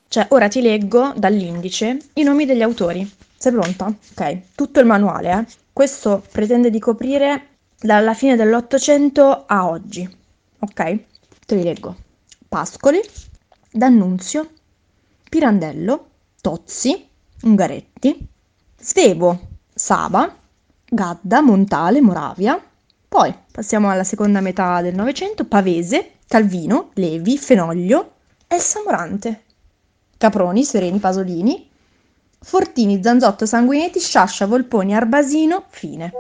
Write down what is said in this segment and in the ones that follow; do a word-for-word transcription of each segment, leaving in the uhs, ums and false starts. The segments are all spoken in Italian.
Cioè, ora ti leggo dall'indice i nomi degli autori. Sei pronta? Ok, tutto il manuale, eh. Questo pretende di coprire dalla fine dell'Ottocento a oggi. Ok? Te li leggo. Pascoli, D'Annunzio, Pirandello, Tozzi, Ungaretti, Svevo, Saba, Gadda, Montale, Moravia. Poi passiamo alla seconda metà del Novecento, Pavese, Calvino, Levi, Fenoglio, Elsa Morante, Caproni, Sereni, Pasolini, Fortini, Zanzotto, Sanguinetti, Sciascia, Volponi, Arbasino, fine.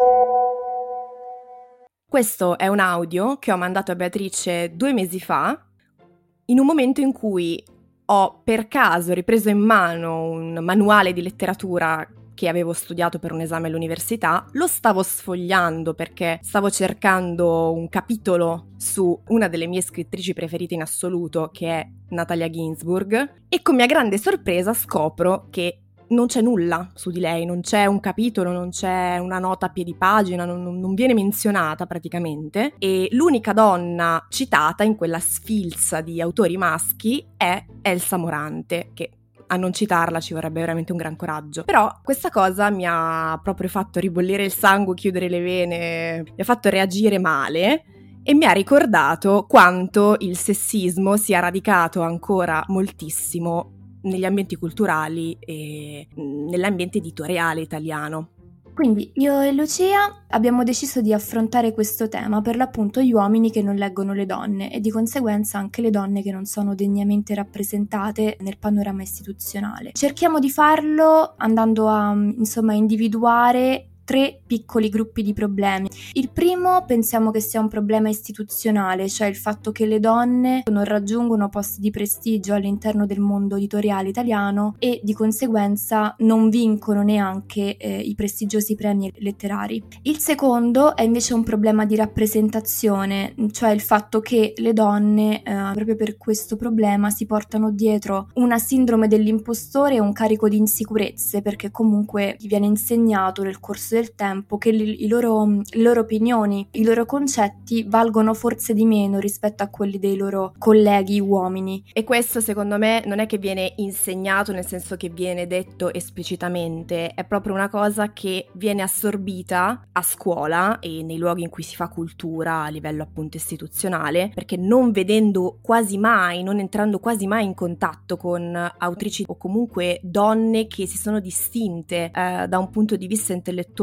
Questo è un audio che ho mandato a Beatrice due mesi fa, in un momento in cui ho per caso ripreso in mano un manuale di letteratura che avevo studiato per un esame all'università, lo stavo sfogliando perché stavo cercando un capitolo su una delle mie scrittrici preferite in assoluto, che è Natalia Ginzburg, e con mia grande sorpresa scopro che non c'è nulla su di lei, non c'è un capitolo, non c'è una nota a piedi pagina, non, non viene menzionata praticamente, e l'unica donna citata in quella sfilza di autori maschi è Elsa Morante, che a non citarla ci vorrebbe veramente un gran coraggio. Però questa cosa mi ha proprio fatto ribollire il sangue, chiudere le vene, mi ha fatto reagire male e mi ha ricordato quanto il sessismo sia radicato ancora moltissimo negli ambienti culturali e nell'ambiente editoriale italiano. Quindi io e Lucia abbiamo deciso di affrontare questo tema, per l'appunto gli uomini che non leggono le donne e di conseguenza anche le donne che non sono degnamente rappresentate nel panorama istituzionale. Cerchiamo di farlo andando a, insomma, individuare tre piccoli gruppi di problemi. Il primo pensiamo che sia un problema istituzionale, cioè il fatto che le donne non raggiungono posti di prestigio all'interno del mondo editoriale italiano e di conseguenza non vincono neanche eh, i prestigiosi premi letterari. Il secondo è invece un problema di rappresentazione, cioè il fatto che le donne eh, proprio per questo problema si portano dietro una sindrome dell'impostore e un carico di insicurezze, perché comunque gli viene insegnato nel corso del tempo che li, i loro, le loro opinioni, i loro concetti valgono forse di meno rispetto a quelli dei loro colleghi uomini. E questo secondo me non è che viene insegnato nel senso che viene detto esplicitamente, è proprio una cosa che viene assorbita a scuola e nei luoghi in cui si fa cultura a livello appunto istituzionale, perché non vedendo quasi mai, non entrando quasi mai in contatto con autrici o comunque donne che si sono distinte eh, da un punto di vista intellettuale,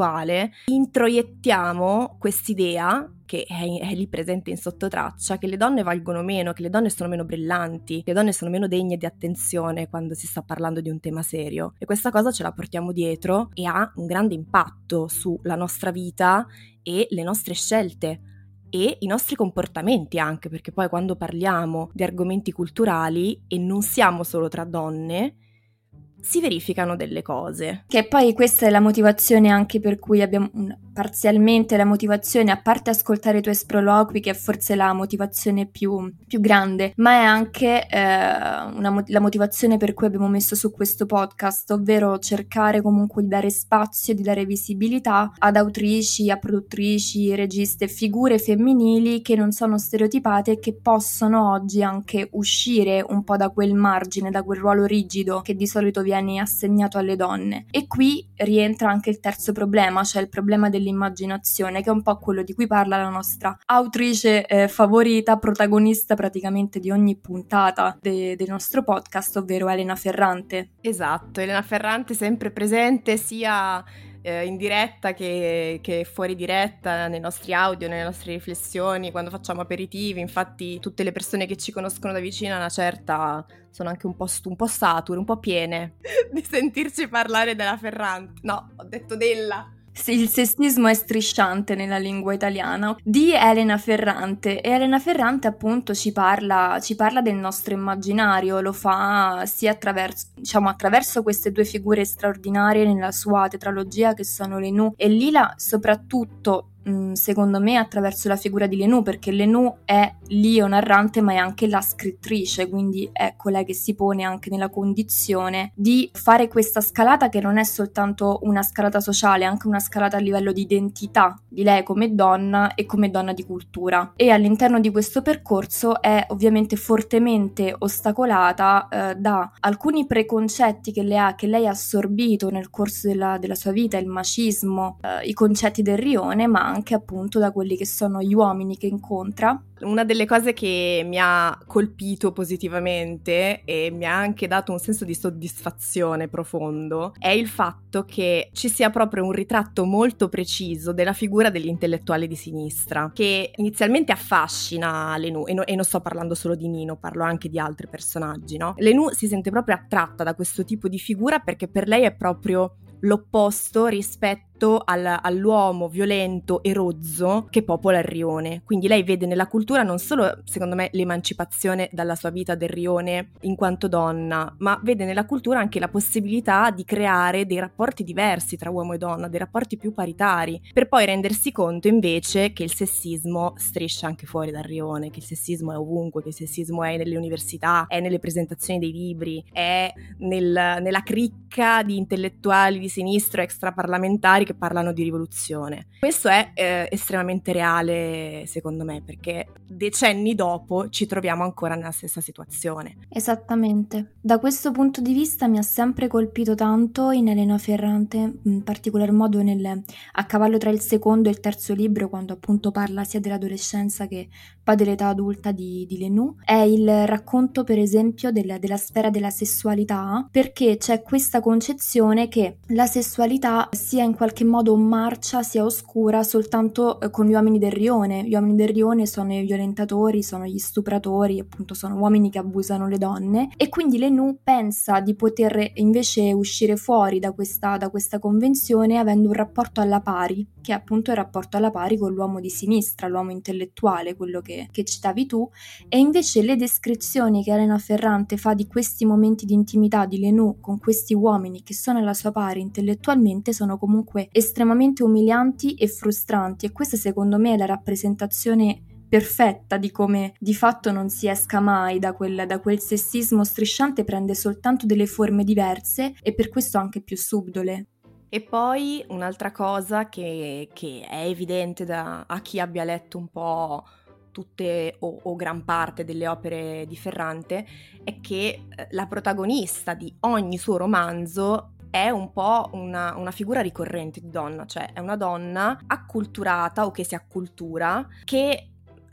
introiettiamo quest'idea che è, è lì presente in sottotraccia, che le donne valgono meno, che le donne sono meno brillanti, che le donne sono meno degne di attenzione quando si sta parlando di un tema serio, e questa cosa ce la portiamo dietro e ha un grande impatto sulla nostra vita e le nostre scelte e i nostri comportamenti anche, perché poi quando parliamo di argomenti culturali e non siamo solo tra donne si verificano delle cose. Che poi questa è la motivazione anche per cui abbiamo un, parzialmente la motivazione, a parte ascoltare i tuoi sproloqui, che è forse la motivazione più, più grande, ma è anche eh, una, la motivazione per cui abbiamo messo su questo podcast, ovvero cercare comunque di dare spazio, di dare visibilità ad autrici, a produttrici, registe, figure femminili che non sono stereotipate e che possono oggi anche uscire un po' da quel margine, da quel ruolo rigido che di solito viene assegnato alle donne. E qui rientra anche il terzo problema, cioè il problema dell'immaginazione, che è un po' quello di cui parla la nostra autrice eh, favorita, protagonista praticamente di ogni puntata de- del nostro podcast, ovvero Elena Ferrante. Esatto, Elena Ferrante sempre presente sia eh, in diretta che, che fuori diretta, nei nostri audio, nelle nostre riflessioni, quando facciamo aperitivi. Infatti tutte le persone che ci conoscono da vicino una certa sono anche un po', stu- un po' sature, un po' piene di sentirci parlare della Ferrante. No, ho detto della... Il sessismo è strisciante nella lingua italiana, di Elena Ferrante, e Elena Ferrante appunto ci parla, ci parla del nostro immaginario, lo fa sia attraverso, diciamo, attraverso queste due figure straordinarie nella sua tetralogia che sono Lenù e Lila, soprattutto mh, secondo me attraverso la figura di Lenù, perché Lenù è l'io narrante ma è anche la scrittrice, quindi è colei che si pone anche nella condizione di fare questa scalata che non è soltanto una scalata sociale, è anche una scalata a livello di identità di lei come donna e come donna di cultura, e all'interno di questo percorso è ovviamente fortemente ostacolata eh, da alcuni preconcetti che, le ha, che lei ha assorbito nel corso della, della sua vita, il macismo, eh, i concetti del rione, ma anche appunto da quelli che sono gli uomini che incontra. Una delle cose che mi ha colpito positivamente e mi ha anche dato un senso di soddisfazione profondo è il fatto che ci sia proprio un ritratto molto preciso della figura dell'intellettuale di sinistra, che inizialmente affascina Lenù, e, no, e non sto parlando solo di Nino, parlo anche di altri personaggi, no? Lenù si sente proprio attratta da questo tipo di figura perché per lei è proprio l'opposto rispetto al, all'uomo violento e rozzo che popola il rione. Quindi lei vede nella cultura non solo, secondo me, l'emancipazione dalla sua vita del rione in quanto donna, ma vede nella cultura anche la possibilità di creare dei rapporti diversi tra uomo e donna, dei rapporti più paritari, per poi rendersi conto invece che il sessismo striscia anche fuori dal rione, che il sessismo è ovunque, che il sessismo è nelle università, è nelle presentazioni dei libri, è nel, nella cricca di intellettuali di sinistra extraparlamentari che parlano di rivoluzione. Questo è eh, estremamente reale secondo me, perché decenni dopo ci troviamo ancora nella stessa situazione. Esattamente. Da questo punto di vista mi ha sempre colpito tanto in Elena Ferrante, in particolar modo nel, a cavallo tra il secondo e il terzo libro, quando appunto parla sia dell'adolescenza che poi dell'età adulta di, di Lenù, è il racconto per esempio del, della sfera della sessualità, perché c'è questa concezione che la sessualità sia in qualche modo marcia, sia oscura soltanto eh, con gli uomini del rione. Gli uomini del rione sono i violentatori, sono gli stupratori, appunto sono uomini che abusano le donne, e quindi Lenù pensa di poter invece uscire fuori da questa, da questa convenzione avendo un rapporto alla pari, che è appunto il rapporto alla pari con l'uomo di sinistra, l'uomo intellettuale, quello che, che citavi tu, e invece le descrizioni che Elena Ferrante fa di questi momenti di intimità di Lenù con questi uomini che sono alla sua pari intellettualmente sono comunque estremamente umilianti e frustranti, e questa secondo me è la rappresentazione perfetta di come di fatto non si esca mai da quel, da quel sessismo strisciante, prende soltanto delle forme diverse e per questo anche più subdole. E poi un'altra cosa che, che è evidente da, a chi abbia letto un po' tutte o, o gran parte delle opere di Ferrante è che la protagonista di ogni suo romanzo è un po' una, una figura ricorrente di donna, cioè è una donna acculturata o che si accultura, che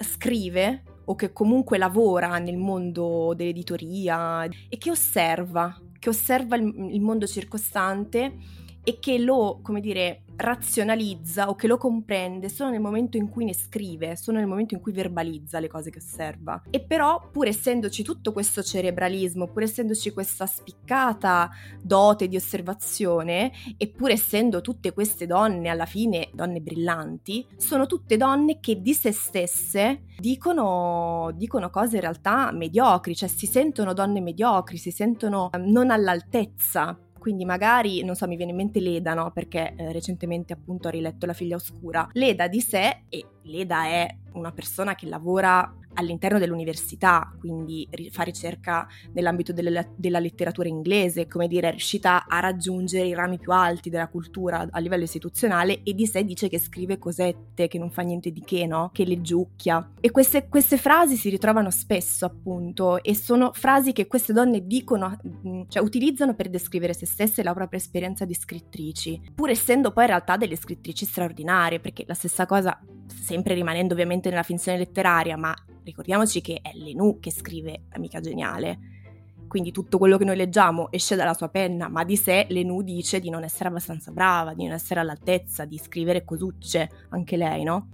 scrive o che comunque lavora nel mondo dell'editoria e che osserva, che osserva il, il mondo circostante e che lo, come dire, razionalizza o che lo comprende solo nel momento in cui ne scrive, solo nel momento in cui verbalizza le cose che osserva. E però, pur essendoci tutto questo cerebralismo, pur essendoci questa spiccata dote di osservazione, e pur essendo tutte queste donne alla fine donne brillanti, sono tutte donne che di se stesse dicono, dicono cose in realtà mediocri, cioè si sentono donne mediocri, si sentono non all'altezza. Quindi magari, non so, mi viene in mente Leda, no? Perché eh, recentemente appunto ho riletto La figlia oscura. Leda di sé, e Leda è una persona che lavora all'interno dell'università, quindi fa ricerca nell'ambito delle, della letteratura inglese, come dire, è riuscita a raggiungere i rami più alti della cultura a livello istituzionale, e di sé dice che scrive cosette, che non fa niente di che, no? Che leggiucchia. E queste, queste frasi si ritrovano spesso, appunto, e sono frasi che queste donne dicono, cioè utilizzano per descrivere se stesse e la propria esperienza di scrittrici, pur essendo poi in realtà delle scrittrici straordinarie, perché la stessa cosa, sempre rimanendo ovviamente nella finzione letteraria, ma ricordiamoci che è Lenù che scrive Amica geniale, quindi tutto quello che noi leggiamo esce dalla sua penna, ma di sé Lenù dice di non essere abbastanza brava, di non essere all'altezza, di scrivere cosucce, anche lei, no?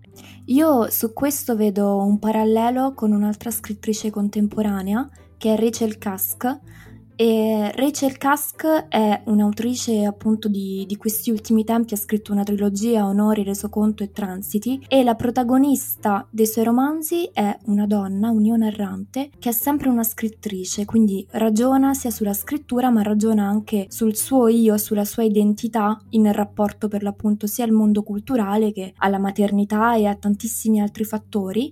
Io su questo vedo un parallelo con un'altra scrittrice contemporanea, che è Rachel Cusk, E Rachel Cusk è un'autrice appunto di, di questi ultimi tempi, ha scritto una trilogia, Onori, Resoconto e Transiti, e la protagonista dei suoi romanzi è una donna, un'Iona errante, che è sempre una scrittrice, quindi ragiona sia sulla scrittura ma ragiona anche sul suo io, sulla sua identità in rapporto per l'appunto sia al mondo culturale che alla maternità e a tantissimi altri fattori.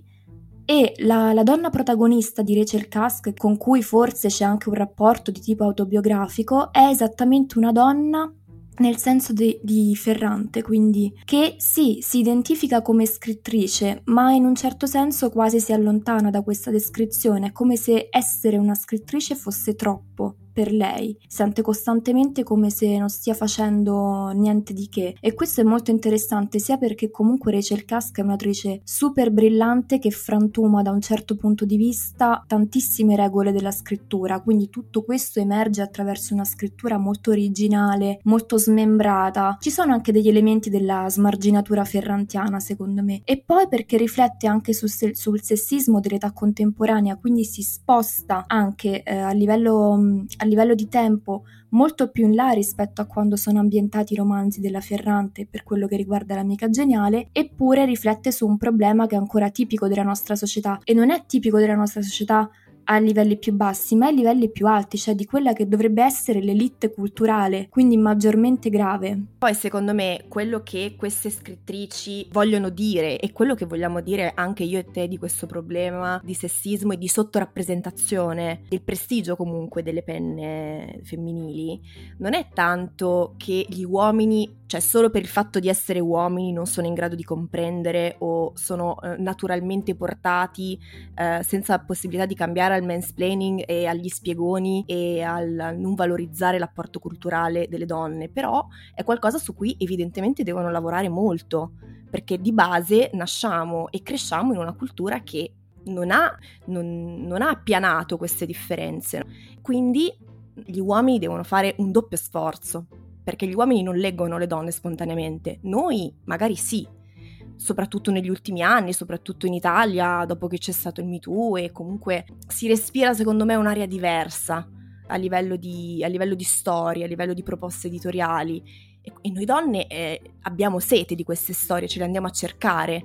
E la, la donna protagonista di Rachel Cusk, con cui forse c'è anche un rapporto di tipo autobiografico, è esattamente una donna nel senso de, di Ferrante, quindi che sì, si identifica come scrittrice, ma in un certo senso quasi si allontana da questa descrizione, è come se essere una scrittrice fosse troppo per lei, sente costantemente come se non stia facendo niente di che, e questo è molto interessante sia perché comunque Rachel Cusk è un'autrice super brillante che frantuma da un certo punto di vista tantissime regole della scrittura, quindi tutto questo emerge attraverso una scrittura molto originale, molto smembrata. Ci sono anche degli elementi della smarginatura ferrantiana secondo me, e poi perché riflette anche sul, sul sessismo dell'età contemporanea, quindi si sposta anche eh, a livello a livello di tempo molto più in là rispetto a quando sono ambientati i romanzi della Ferrante per quello che riguarda L'amica geniale, eppure riflette su un problema che è ancora tipico della nostra società, e non è tipico della nostra società a livelli più bassi, ma a livelli più alti, cioè di quella che dovrebbe essere l'elite culturale, quindi maggiormente grave. Poi secondo me quello che queste scrittrici vogliono dire, e quello che vogliamo dire anche io e te di questo problema di sessismo e di sottorappresentazione, del prestigio comunque delle penne femminili, non è tanto che gli uomini, cioè solo per il fatto di essere uomini, non sono in grado di comprendere o sono eh, naturalmente portati eh, senza possibilità di cambiare al mansplaining e agli spiegoni e al, al non valorizzare l'apporto culturale delle donne, però è qualcosa su cui evidentemente devono lavorare molto, perché di base nasciamo e cresciamo in una cultura che non ha, non, non ha appianato queste differenze, quindi gli uomini devono fare un doppio sforzo, perché gli uomini non leggono le donne spontaneamente, noi magari sì, soprattutto negli ultimi anni, soprattutto in Italia, dopo che c'è stato il Me Too, e comunque si respira secondo me un'aria diversa a livello di, a livello di storie, a livello di proposte editoriali, e, e noi donne eh, abbiamo sete di queste storie, ce le andiamo a cercare.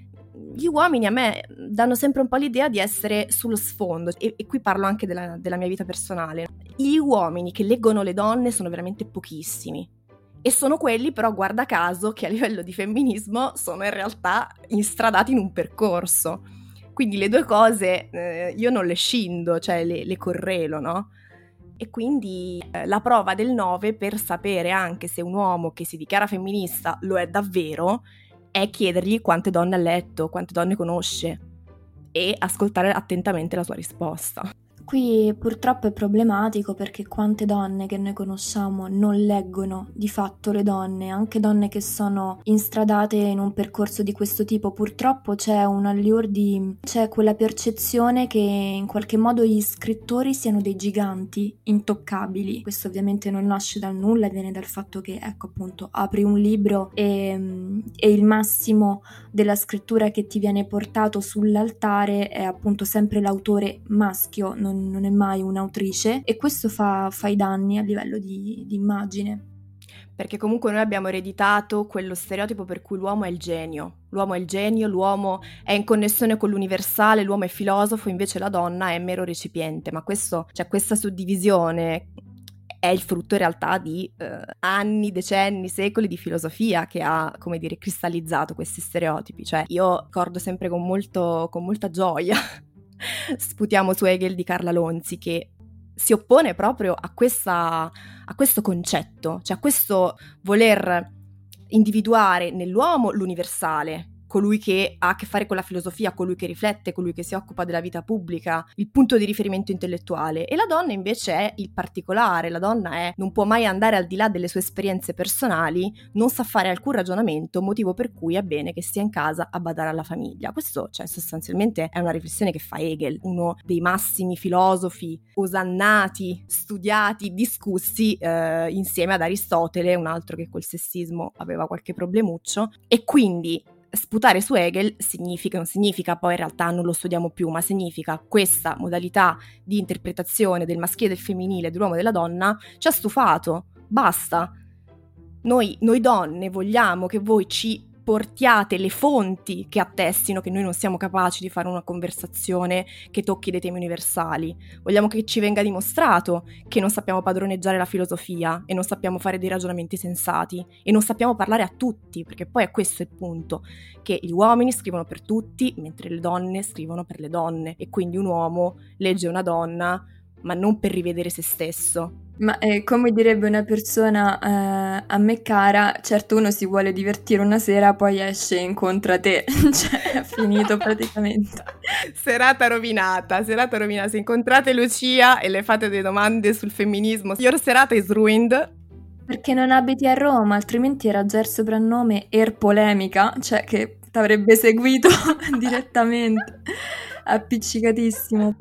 Gli uomini a me danno sempre un po' l'idea di essere sullo sfondo, e, e qui parlo anche della, della mia vita personale. Gli uomini che leggono le donne sono veramente pochissimi. E sono quelli però, guarda caso, che a livello di femminismo sono in realtà instradati in un percorso. Quindi le due cose eh, io non le scindo, cioè le, le correlo, no? E quindi eh, la prova del nove per sapere anche se un uomo che si dichiara femminista lo è davvero è chiedergli quante donne ha letto, quante donne conosce e ascoltare attentamente la sua risposta. Qui purtroppo è problematico perché quante donne che noi conosciamo non leggono di fatto le donne, anche donne che sono instradate in un percorso di questo tipo. Purtroppo c'è un allure di... c'è quella percezione che in qualche modo gli scrittori siano dei giganti intoccabili. Questo ovviamente non nasce dal nulla, viene dal fatto che, ecco appunto, apri un libro e, e il massimo della scrittura che ti viene portato sull'altare è appunto sempre l'autore maschio, non non è mai un'autrice, e questo fa, fa i danni a livello di, di immagine. Perché comunque noi abbiamo ereditato quello stereotipo per cui l'uomo è il genio, l'uomo è il genio, l'uomo è in connessione con l'universale, l'uomo è filosofo, invece la donna è mero recipiente, ma questo, cioè questa suddivisione è il frutto in realtà di eh, anni, decenni, secoli di filosofia che ha, come dire, cristallizzato questi stereotipi. Cioè io ricordo sempre con, molto, con molta gioia Sputiamo su Hegel di Carla Lonzi, che si oppone proprio a, questa, a questo concetto, cioè a questo voler individuare nell'uomo l'universale, colui che ha a che fare con la filosofia, colui che riflette, colui che si occupa della vita pubblica, il punto di riferimento intellettuale, e la donna invece è il particolare, la donna è, non può mai andare al di là delle sue esperienze personali, non sa fare alcun ragionamento, motivo per cui è bene che stia in casa a badare alla famiglia. Questo, cioè, sostanzialmente è una riflessione che fa Hegel, uno dei massimi filosofi osannati, studiati, discussi eh, insieme ad Aristotele, un altro che col sessismo aveva qualche problemuccio, e quindi sputare su Hegel significa, non significa, poi in realtà non lo studiamo più, ma significa questa modalità di interpretazione del maschile e del femminile, dell'uomo e della donna, ci ha stufato, basta. Noi, noi donne vogliamo che voi ci portiate le fonti che attestino che noi non siamo capaci di fare una conversazione che tocchi dei temi universali. Vogliamo che ci venga dimostrato che non sappiamo padroneggiare la filosofia e non sappiamo fare dei ragionamenti sensati e non sappiamo parlare a tutti, perché poi è questo il punto, che gli uomini scrivono per tutti mentre le donne scrivono per le donne, e quindi un uomo legge una donna ma non per rivedere se stesso. Ma eh, come direbbe una persona eh, a me cara, certo uno si vuole divertire una sera, poi esce e incontra te, cioè è finito praticamente. Serata rovinata, serata rovinata. Se incontrate Lucia e le fate delle domande sul femminismo, your serata is ruined. Perché non abiti a Roma, altrimenti era già il soprannome Er Polemica, cioè che t'avrebbe seguito direttamente, appiccicatissimo.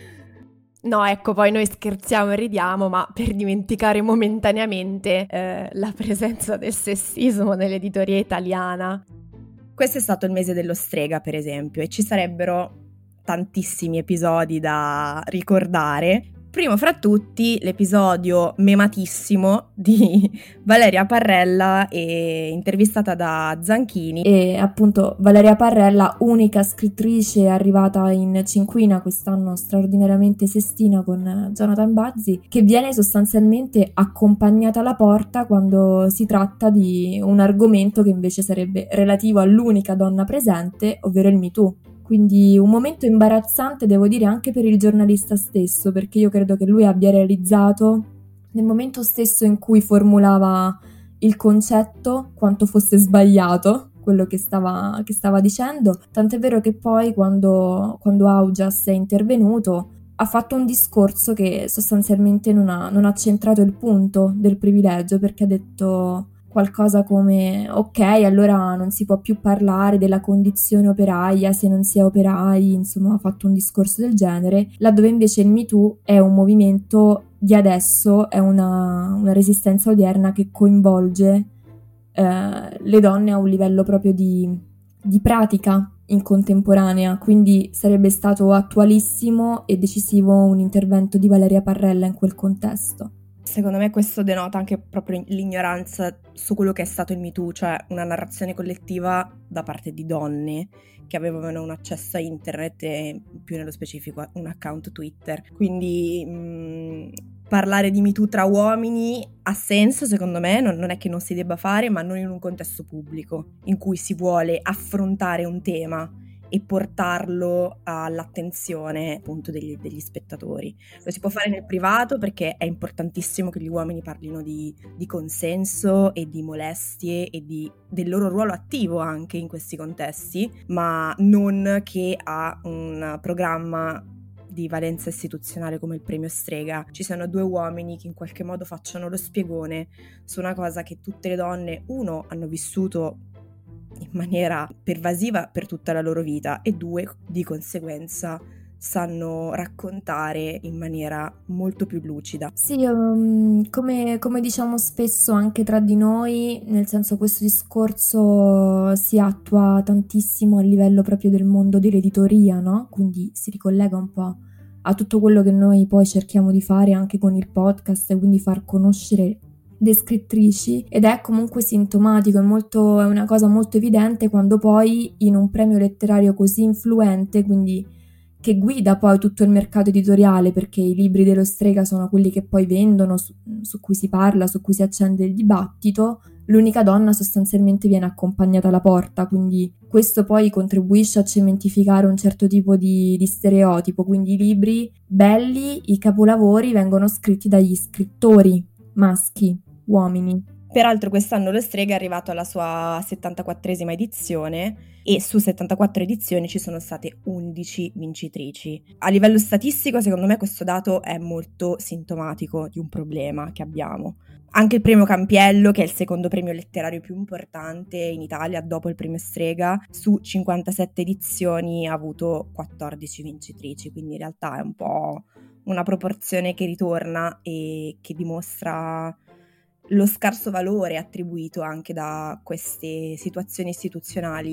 No, ecco, poi noi scherziamo e ridiamo, ma per dimenticare momentaneamente eh, la presenza del sessismo nell'editoria italiana. Questo è stato il mese dello strega, per esempio, e ci sarebbero tantissimi episodi da ricordare. Primo fra tutti l'episodio mematissimo di Valeria Parrella e intervistata da Zanchini. E appunto Valeria Parrella, unica scrittrice arrivata in cinquina quest'anno, straordinariamente sestina con Jonathan Bazzi, che viene sostanzialmente accompagnata alla porta quando si tratta di un argomento che invece sarebbe relativo all'unica donna presente, ovvero il Me Too. Quindi un momento imbarazzante, devo dire, anche per il giornalista stesso, perché io credo che lui abbia realizzato, nel momento stesso in cui formulava il concetto, quanto fosse sbagliato quello che stava, che stava dicendo. Tant'è vero che poi, quando, quando Augias è intervenuto, ha fatto un discorso che sostanzialmente non ha, non ha centrato il punto del privilegio, perché ha detto qualcosa come ok, allora non si può più parlare della condizione operaia se non si è operai, insomma ha fatto un discorso del genere, laddove invece il Me Too è un movimento di adesso, è una, una resistenza odierna che coinvolge eh, le donne a un livello proprio di, di pratica in contemporanea, quindi sarebbe stato attualissimo e decisivo un intervento di Valeria Parrella in quel contesto. Secondo me questo denota anche proprio l'ignoranza su quello che è stato il Me Too, cioè una narrazione collettiva da parte di donne che avevano un accesso a internet e più nello specifico un account Twitter. Quindi mh, parlare di Me Too tra uomini ha senso, secondo me, non, non è che non si debba fare, ma non in un contesto pubblico in cui si vuole affrontare un tema e portarlo all'attenzione appunto degli, degli spettatori. Lo si può fare nel privato perché è importantissimo che gli uomini parlino di, di consenso e di molestie e di, del loro ruolo attivo anche in questi contesti, ma non che a un programma di valenza istituzionale come il premio Strega ci siano due uomini che in qualche modo facciano lo spiegone su una cosa che tutte le donne, uno, hanno vissuto in maniera pervasiva per tutta la loro vita e due, di conseguenza, sanno raccontare in maniera molto più lucida. Sì, um, come, come diciamo spesso anche tra di noi, nel senso questo discorso si attua tantissimo a livello proprio del mondo dell'editoria, no? Quindi si ricollega un po' a tutto quello che noi poi cerchiamo di fare anche con il podcast, quindi far conoscere le scrittrici, ed è comunque sintomatico, è, molto, è una cosa molto evidente quando poi in un premio letterario così influente, quindi che guida poi tutto il mercato editoriale, perché i libri dello Strega sono quelli che poi vendono, su, su cui si parla, su cui si accende il dibattito, l'unica donna sostanzialmente viene accompagnata alla porta, quindi questo poi contribuisce a cementificare un certo tipo di, di stereotipo, quindi i libri belli, i capolavori vengono scritti dagli scrittori maschi, uomini. Peraltro quest'anno lo Strega è arrivato alla sua settantaquattresima edizione e su settantaquattro edizioni ci sono state undici vincitrici. A livello statistico, secondo me, questo dato è molto sintomatico di un problema che abbiamo. Anche il premio Campiello, che è il secondo premio letterario più importante in Italia dopo il premio Strega, su cinquantasette edizioni ha avuto quattordici vincitrici, quindi in realtà è un po' una proporzione che ritorna e che dimostra lo scarso valore attribuito anche da queste situazioni istituzionali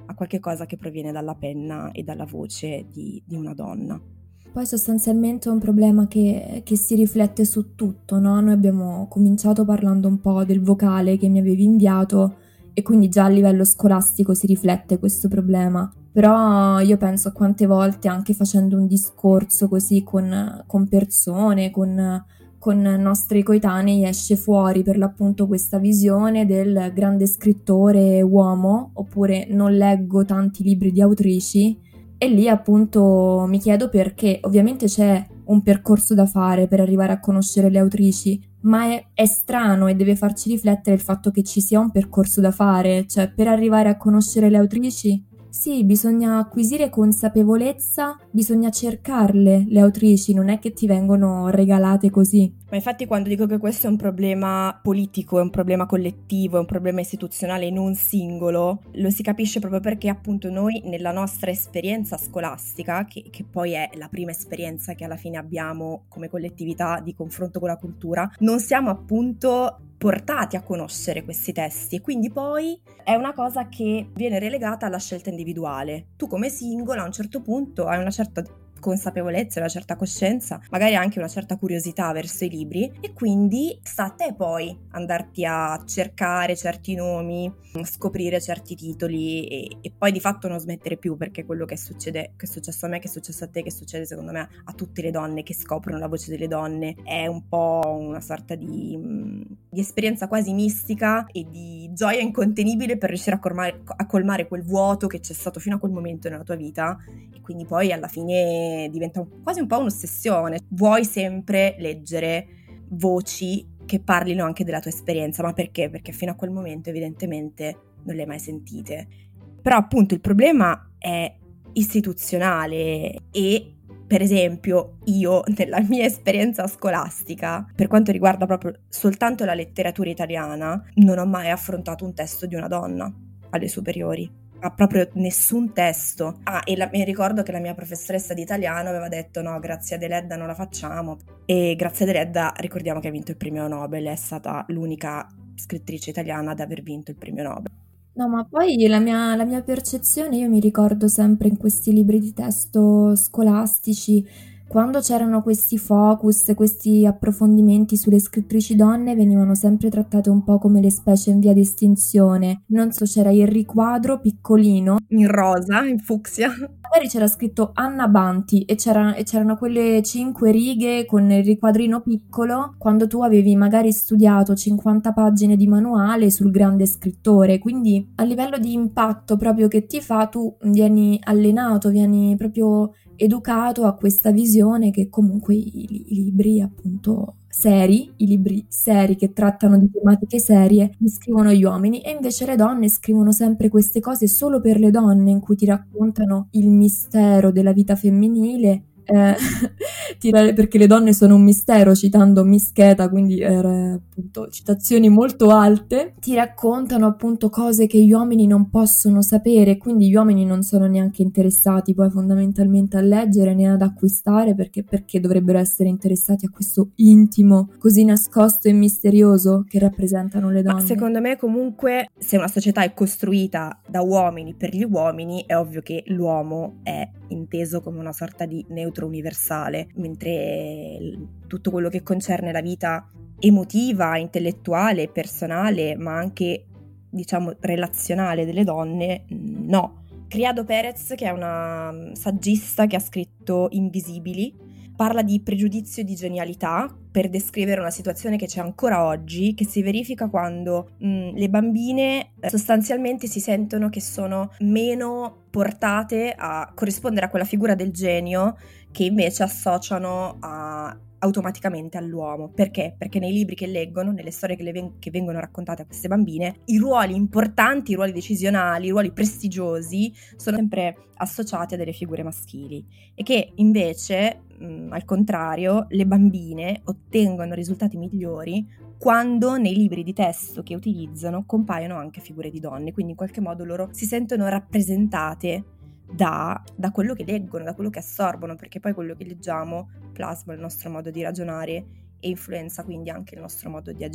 a qualche cosa che proviene dalla penna e dalla voce di, di una donna. Poi sostanzialmente è un problema che, che si riflette su tutto, no? Noi abbiamo cominciato parlando un po' del vocale che mi avevi inviato e quindi già a livello scolastico si riflette questo problema. Però io penso a quante volte, anche facendo un discorso così con, con persone, con, con nostri coetanei, esce fuori per l'appunto questa visione del grande scrittore uomo, oppure non leggo tanti libri di autrici. E lì appunto mi chiedo perché. Ovviamente c'è un percorso da fare per arrivare a conoscere le autrici, ma è, è strano e deve farci riflettere il fatto che ci sia un percorso da fare, cioè per arrivare a conoscere le autrici, sì, bisogna acquisire consapevolezza, bisogna cercarle le autrici, non è che ti vengono regalate così. Ma infatti quando dico che questo è un problema politico, è un problema collettivo, è un problema istituzionale non singolo, lo si capisce proprio perché appunto noi nella nostra esperienza scolastica, che, che poi è la prima esperienza che alla fine abbiamo come collettività di confronto con la cultura, non siamo appunto portati a conoscere questi testi e quindi poi è una cosa che viene relegata alla scelta individuale. Tu come singola a un certo punto hai una certa consapevolezza, una certa coscienza, magari anche una certa curiosità verso i libri e quindi sta a te poi andarti a cercare certi nomi, scoprire certi titoli e, e poi di fatto non smettere più, perché quello che succede, che è successo a me, che è successo a te, che succede secondo me a tutte le donne che scoprono la voce delle donne, è un po' una sorta di, di esperienza quasi mistica e di gioia incontenibile per riuscire a colmare, a colmare quel vuoto che c'è stato fino a quel momento nella tua vita e quindi poi alla fine diventa un, quasi un po' un'ossessione. Vuoi sempre leggere voci che parlino anche della tua esperienza, ma perché? Perché fino a quel momento evidentemente non le hai mai sentite. Però appunto il problema è istituzionale e per esempio io nella mia esperienza scolastica, per quanto riguarda proprio soltanto la letteratura italiana, non ho mai affrontato un testo di una donna alle superiori. Ha proprio nessun testo. Ah, e la, mi ricordo che la mia professoressa di italiano aveva detto no, grazie ad Eledda non la facciamo. E grazie ad Eledda ricordiamo che ha vinto il premio Nobel, è stata l'unica scrittrice italiana ad aver vinto il premio Nobel. No, ma poi la mia, la mia percezione, io mi ricordo sempre in questi libri di testo scolastici, quando c'erano questi focus, questi approfondimenti sulle scrittrici donne, venivano sempre trattate un po' come le specie in via di estinzione. Non so, c'era il riquadro piccolino, in rosa, in fucsia. magari c'era scritto Anna Banti e, c'era, e c'erano quelle cinque righe con il riquadrino piccolo, quando tu avevi magari studiato cinquanta pagine di manuale sul grande scrittore. Quindi a livello di impatto proprio che ti fa, tu vieni allenato, vieni proprio educato a questa visione che comunque i, i libri appunto seri, i libri seri che trattano di tematiche serie, li scrivono gli uomini e invece le donne scrivono sempre queste cose solo per le donne, in cui ti raccontano il mistero della vita femminile. Eh, perché le donne sono un mistero, citando Mischeta, quindi eh, appunto citazioni molto alte, ti raccontano appunto cose che gli uomini non possono sapere, quindi gli uomini non sono neanche interessati poi fondamentalmente a leggere né ad acquistare, perché, perché dovrebbero essere interessati a questo intimo così nascosto e misterioso che rappresentano le donne. Ma secondo me comunque se una società è costruita da uomini per gli uomini è ovvio che l'uomo è inteso come una sorta di neutro universale, mentre tutto quello che concerne la vita emotiva, intellettuale, personale, ma anche diciamo relazionale delle donne, no. Criado Perez, che è una saggista che ha scritto Invisibili, parla di pregiudizio e di genialità per descrivere una situazione che c'è ancora oggi, che si verifica quando mh, le bambine eh, sostanzialmente si sentono che sono meno portate a corrispondere a quella figura del genio che invece associano a, automaticamente all'uomo. Perché? Perché nei libri che leggono, nelle storie che, le ven- che vengono raccontate a queste bambine, i ruoli importanti, i ruoli decisionali, i ruoli prestigiosi sono sempre associati a delle figure maschili e che invece, mh, al contrario, le bambine ottengono risultati migliori quando nei libri di testo che utilizzano compaiono anche figure di donne, quindi in qualche modo loro si sentono rappresentate Da, da quello che leggono, da quello che assorbono, perché poi quello che leggiamo plasma il nostro modo di ragionare e influenza quindi anche il nostro modo di agire.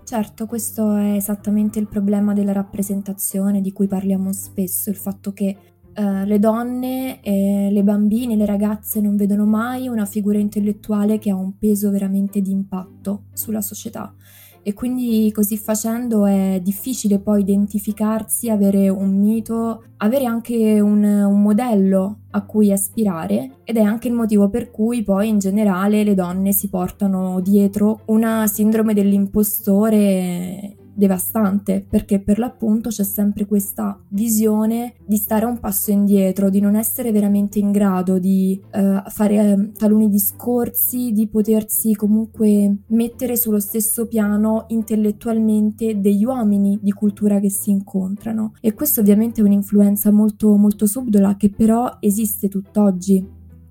Certo, questo è esattamente il problema della rappresentazione di cui parliamo spesso, il fatto che eh, le donne, eh, le bambine, le ragazze non vedono mai una figura intellettuale che ha un peso veramente di impatto sulla società. E quindi così facendo è difficile poi identificarsi, avere un mito, avere anche un, un modello a cui aspirare, ed è anche il motivo per cui poi in generale le donne si portano dietro una sindrome dell'impostore devastante, perché per l'appunto c'è sempre questa visione di stare un passo indietro, di non essere veramente in grado di eh, fare eh, taluni discorsi, di potersi comunque mettere sullo stesso piano intellettualmente degli uomini di cultura che si incontrano. E questo ovviamente è un'influenza molto molto subdola che però esiste tutt'oggi.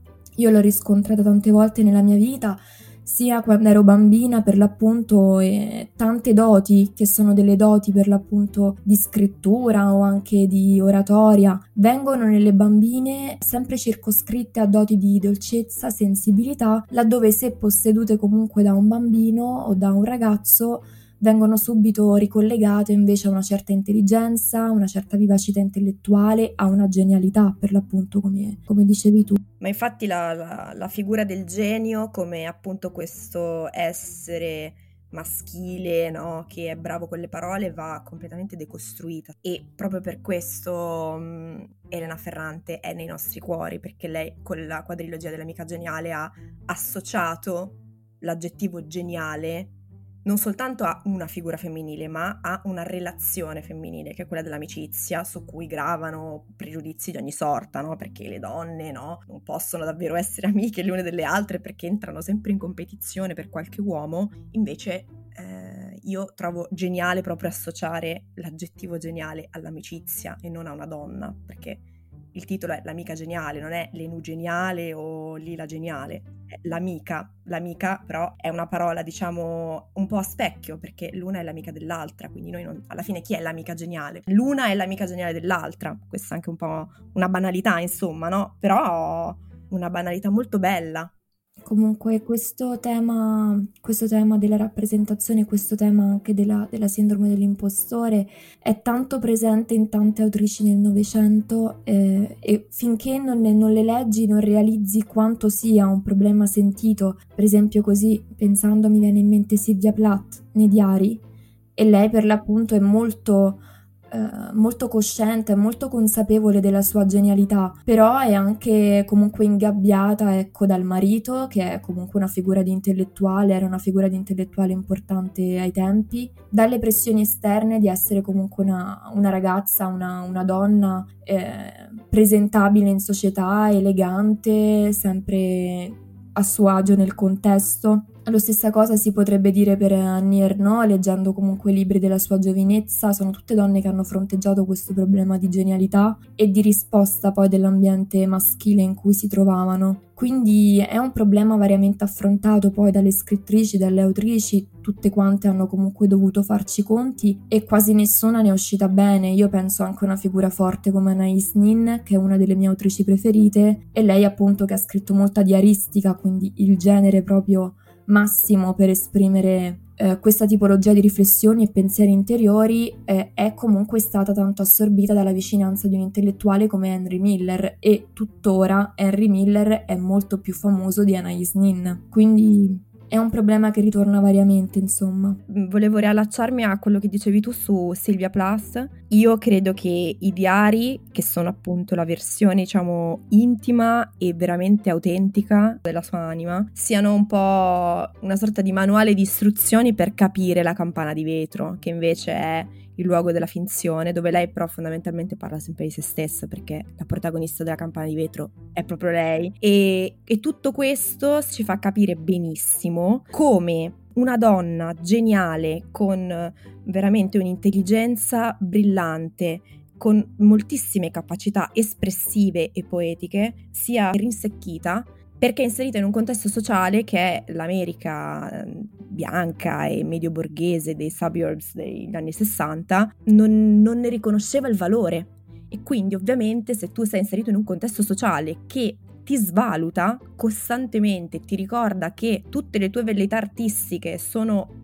Io l'ho riscontrata tante volte nella mia vita, sia quando ero bambina per l'appunto, e tante doti che sono delle doti per l'appunto di scrittura o anche di oratoria vengono nelle bambine sempre circoscritte a doti di dolcezza, sensibilità, laddove se possedute comunque da un bambino o da un ragazzo vengono subito ricollegate invece a una certa intelligenza, a una certa vivacità intellettuale, a una genialità per l'appunto, come, come dicevi tu. Ma infatti la, la, la figura del genio come appunto questo essere maschile, no, che è bravo con le parole, va completamente decostruita, e proprio per questo um, Elena Ferrante è nei nostri cuori, perché lei con la quadrilogia dell'amica geniale ha associato l'aggettivo geniale non soltanto a una figura femminile, ma a una relazione femminile, che è quella dell'amicizia, su cui gravano pregiudizi di ogni sorta, no? Perché le donne, no, non possono davvero essere amiche le une delle altre perché entrano sempre in competizione per qualche uomo. Invece eh, io trovo geniale proprio associare l'aggettivo geniale all'amicizia e non a una donna, perché il titolo è L'amica geniale, non è Lenu geniale o Lila geniale, è l'amica. L'amica però è una parola, diciamo, un po' a specchio, perché l'una è l'amica dell'altra, quindi noi non, alla fine chi è l'amica geniale? L'una è l'amica geniale dell'altra, questa è anche un po' una banalità, insomma, no? Però una banalità molto bella. Comunque questo tema, questo tema della rappresentazione, questo tema anche della, della sindrome dell'impostore è tanto presente in tante autrici nel Novecento, eh, e finché non, ne, non le leggi non realizzi quanto sia un problema sentito. Per esempio, così pensando mi viene in mente Sylvia Plath nei Diari, e lei per l'appunto è molto... Uh, molto cosciente, molto consapevole della sua genialità, però è anche comunque ingabbiata, ecco, dal marito, che è comunque una figura di intellettuale, era una figura di intellettuale importante ai tempi, dalle pressioni esterne di essere comunque una, una ragazza, una, una donna eh, presentabile in società, elegante, sempre a suo agio nel contesto. Lo stessa cosa si potrebbe dire per Annie Ernaux, leggendo comunque i libri della sua giovinezza. Sono tutte donne che hanno fronteggiato questo problema di genialità e di risposta poi dell'ambiente maschile in cui si trovavano. Quindi è un problema variamente affrontato poi dalle scrittrici, dalle autrici, tutte quante hanno comunque dovuto farci conti e quasi nessuna ne è uscita bene. Io penso anche a una figura forte come Anais Nin, che è una delle mie autrici preferite, e lei appunto che ha scritto molta diaristica, quindi il genere proprio massimo per esprimere eh, questa tipologia di riflessioni e pensieri interiori, eh, è comunque stata tanto assorbita dalla vicinanza di un intellettuale come Henry Miller, e tuttora Henry Miller è molto più famoso di Anais Nin, quindi è un problema che ritorna variamente, insomma. Volevo riallacciarmi a quello che dicevi tu su Sylvia Plath. Io credo che i diari, che sono appunto la versione, diciamo, intima e veramente autentica della sua anima, siano un po' una sorta di manuale di istruzioni per capire la campana di vetro, che invece è il luogo della finzione, dove lei però fondamentalmente parla sempre di se stessa, perché la protagonista della campana di vetro è proprio lei, e, e tutto questo ci fa capire benissimo come una donna geniale, con veramente un'intelligenza brillante, con moltissime capacità espressive e poetiche, sia rinsecchita perché è inserita in un contesto sociale che è l'America bianca e medio borghese dei suburbs degli anni sessanta, non, non ne riconosceva il valore. E quindi ovviamente se tu sei inserito in un contesto sociale che ti svaluta costantemente, ti ricorda che tutte le tue velleità artistiche sono troppe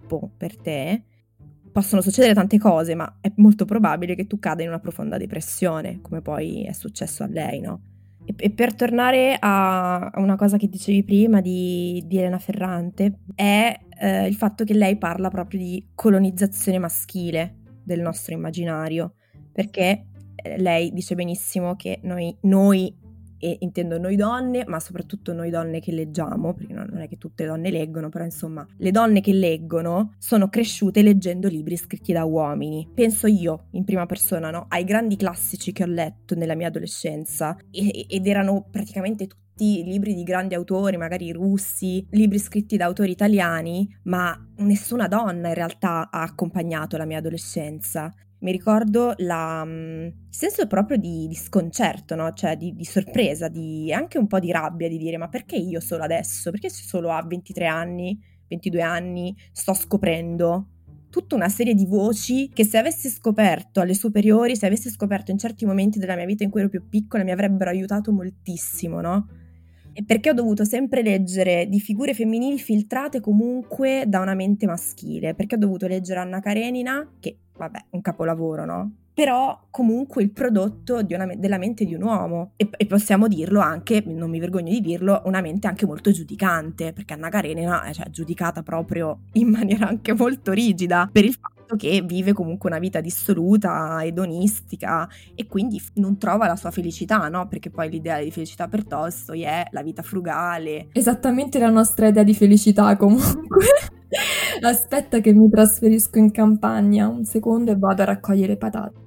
troppo per te, possono succedere tante cose, ma è molto probabile che tu cada in una profonda depressione, come poi è successo a lei, no? E, e per tornare a, a una cosa che dicevi prima di, di Elena Ferrante, è eh, il fatto che lei parla proprio di colonizzazione maschile del nostro immaginario, perché eh, lei dice benissimo che noi, noi e intendo noi donne, ma soprattutto noi donne che leggiamo, perché non è che tutte le donne leggono, però insomma le donne che leggono sono cresciute leggendo libri scritti da uomini. Penso io in prima persona, no? Ai grandi classici che ho letto nella mia adolescenza e, ed erano praticamente tutti libri di grandi autori, magari russi, libri scritti da autori italiani, ma nessuna donna in realtà ha accompagnato la mia adolescenza. Mi ricordo la, il senso proprio di, di sconcerto, no? Cioè di, di sorpresa, di anche un po' di rabbia, di dire ma perché io solo adesso? Perché solo a ventitré anni, ventidue anni sto scoprendo tutta una serie di voci che se avessi scoperto alle superiori, se avessi scoperto in certi momenti della mia vita in cui ero più piccola, mi avrebbero aiutato moltissimo, no? E perché ho dovuto sempre leggere di figure femminili filtrate comunque da una mente maschile, perché ho dovuto leggere Anna Karenina, che vabbè, un capolavoro, no? Però comunque il prodotto di una, della mente di un uomo, e, e possiamo dirlo anche, non mi vergogno di dirlo, una mente anche molto giudicante, perché Anna Karenina è cioè, giudicata proprio in maniera anche molto rigida per il fatto che vive comunque una vita dissoluta, edonistica, e quindi non trova la sua felicità, no? Perché poi l'idea di felicità per Tolstoi è la vita frugale. Esattamente la nostra idea di felicità comunque. Aspetta che mi trasferisco in campagna un secondo e vado a raccogliere patate.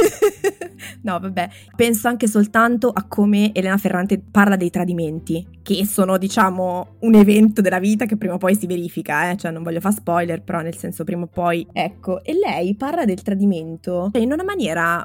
No, vabbè, penso anche soltanto a come Elena Ferrante parla dei tradimenti, che sono, diciamo, un evento della vita che prima o poi si verifica, eh? Cioè non voglio fare spoiler, però nel senso prima o poi, ecco, e lei parla del tradimento in una maniera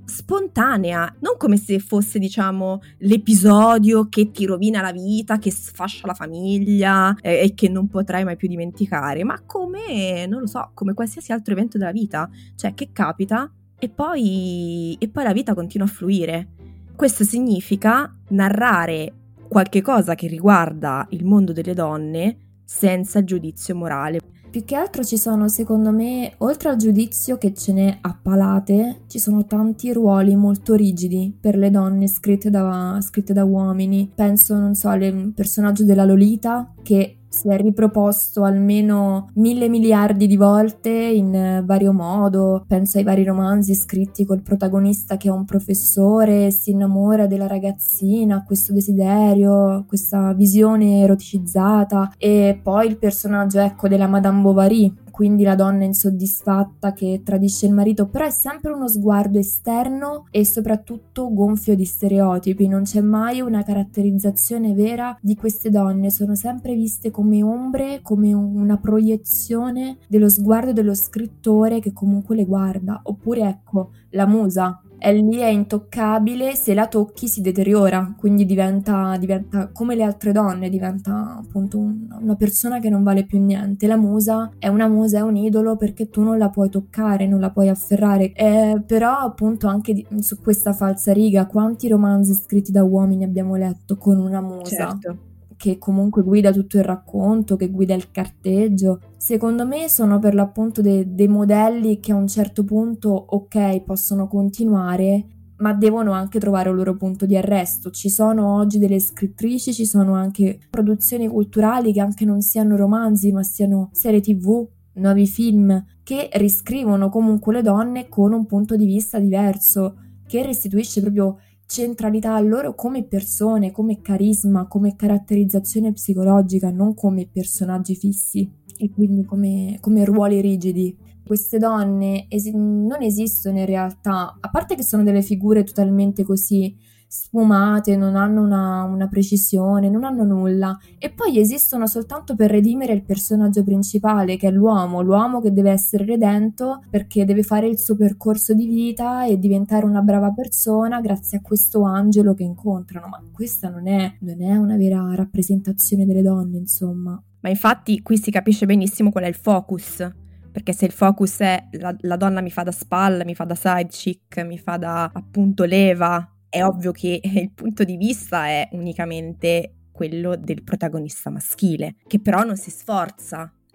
spontanea, non come se fosse, diciamo, l'episodio che ti rovina la vita, che sfascia la famiglia eh, e che non potrai mai più dimenticare, ma come, non lo so, come qualsiasi altro evento della vita, cioè che capita e poi, e poi la vita continua a fluire. Questo significa narrare qualche cosa che riguarda il mondo delle donne senza giudizio morale. Più che altro ci sono, secondo me, oltre al giudizio che ce n'è a palate, ci sono tanti ruoli molto rigidi per le donne scritte da, scritte da uomini. Penso, non so, al personaggio della Lolita, che si è riproposto almeno mille miliardi di volte in vario modo. Penso ai vari romanzi scritti col protagonista che è un professore, si innamora della ragazzina, questo desiderio, questa visione eroticizzata, e poi il personaggio, ecco, della Madame Bovary, quindi la donna insoddisfatta che tradisce il marito, però è sempre uno sguardo esterno e soprattutto gonfio di stereotipi, non c'è mai una caratterizzazione vera di queste donne, sono sempre viste come ombre, come una proiezione dello sguardo dello scrittore che comunque le guarda. Oppure ecco, la musa è lì, è intoccabile, se la tocchi si deteriora, quindi diventa, diventa come le altre donne, diventa appunto un, una persona che non vale più niente. La musa è una musa, è un idolo perché tu non la puoi toccare, non la puoi afferrare. Eh, però appunto anche di, su questa falsariga, quanti romanzi scritti da uomini abbiamo letto con una musa? Certo. Che comunque guida tutto il racconto, che guida il carteggio. Secondo me sono per l'appunto de- dei modelli che a un certo punto, ok, possono continuare, ma devono anche trovare il loro punto di arresto. Ci sono oggi delle scrittrici, ci sono anche produzioni culturali che anche non siano romanzi, ma siano serie tv, nuovi film, che riscrivono comunque le donne con un punto di vista diverso, che restituisce proprio centralità a loro come persone, come carisma, come caratterizzazione psicologica, non come personaggi fissi e quindi come, come ruoli rigidi. Queste donne esi- non esistono in realtà, a parte che sono delle figure totalmente così sfumate, non hanno una, una precisione, non hanno nulla, e poi esistono soltanto per redimere il personaggio principale, che è l'uomo, l'uomo che deve essere redento perché deve fare il suo percorso di vita e diventare una brava persona grazie a questo angelo che incontrano. Ma questa non è, non è una vera rappresentazione delle donne, insomma. Ma infatti qui si capisce benissimo qual è il focus, perché se il focus è la, la donna mi fa da spalla, mi fa da side chick, mi fa da appunto leva, è ovvio che il punto di vista è unicamente quello del protagonista maschile, che però non si sforza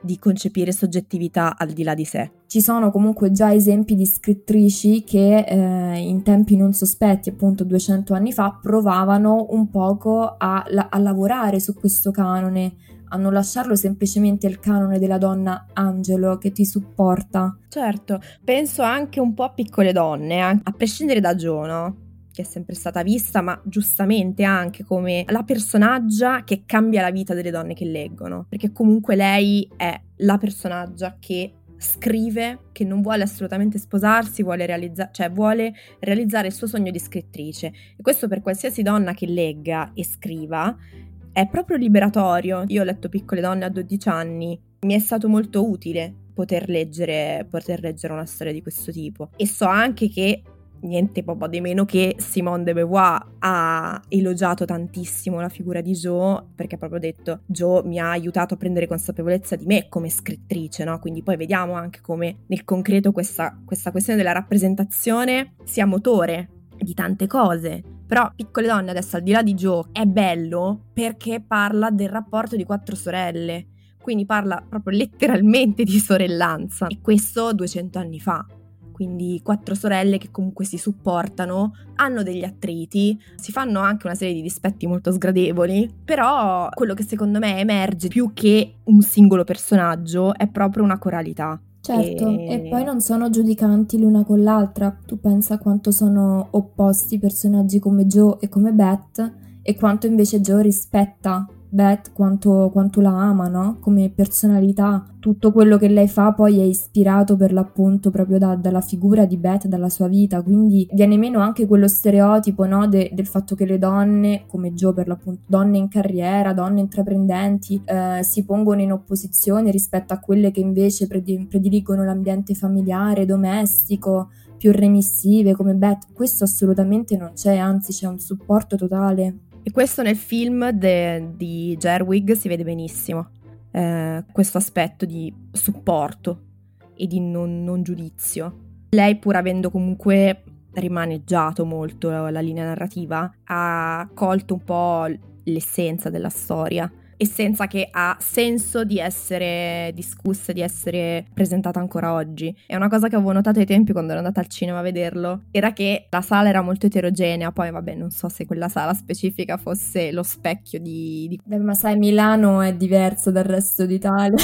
di concepire soggettività al di là di sé. Ci sono comunque già esempi di scrittrici che eh, in tempi non sospetti, appunto duecento anni fa, provavano un poco a, a lavorare su questo canone, a non lasciarlo semplicemente il canone della donna angelo che ti supporta. Certo, penso anche un po' a Piccole donne, a prescindere da Jo, no? Che è sempre stata vista, ma giustamente anche come la personaggia che cambia la vita delle donne che leggono, perché comunque lei è la personaggia che scrive, che non vuole assolutamente sposarsi, vuole realizza- cioè vuole realizzare il suo sogno di scrittrice, e questo per qualsiasi donna che legga e scriva è proprio liberatorio. Io ho letto Piccole donne a dodici anni, mi è stato molto utile poter leggere, poter leggere una storia di questo tipo, e so anche che niente po' di meno che Simone de Beauvoir ha elogiato tantissimo la figura di Jo, perché ha proprio detto: Jo mi ha aiutato a prendere consapevolezza di me come scrittrice, no? Quindi poi vediamo anche come nel concreto questa, questa questione della rappresentazione sia motore di tante cose. Però Piccole donne, adesso al di là di Jo, è bello perché parla del rapporto di quattro sorelle, quindi parla proprio letteralmente di sorellanza, e questo duecento anni fa. Quindi quattro sorelle che comunque si supportano, hanno degli attriti, si fanno anche una serie di dispetti molto sgradevoli, però quello che secondo me emerge più che un singolo personaggio è proprio una coralità. Certo, e... e poi non sono giudicanti l'una con l'altra. Tu pensa quanto sono opposti personaggi come Jo e come Beth, e quanto invece Jo rispetta Beth, quanto, quanto la ama, no? Come personalità. Tutto quello che lei fa poi è ispirato per l'appunto proprio da, dalla figura di Beth, dalla sua vita, quindi viene meno anche quello stereotipo, no? De, del fatto che le donne, come Jo per l'appunto, donne in carriera, donne intraprendenti, eh, si pongono in opposizione rispetto a quelle che invece predi- prediligono l'ambiente familiare, domestico, più remissive come Beth. Questo assolutamente non c'è, anzi c'è un supporto totale. E questo nel film de, di Gerwig si vede benissimo, eh, questo aspetto di supporto e di non, non giudizio. Lei, pur avendo comunque rimaneggiato molto la linea narrativa, ha colto un po' l'essenza della storia, essenza che ha senso di essere discussa, di essere presentata ancora oggi. È una cosa che avevo notato ai tempi quando ero andata al cinema a vederlo, era che la sala era molto eterogenea. Poi vabbè, non so se quella sala specifica fosse lo specchio di... di... Beh, ma sai, Milano è diverso dal resto d'Italia.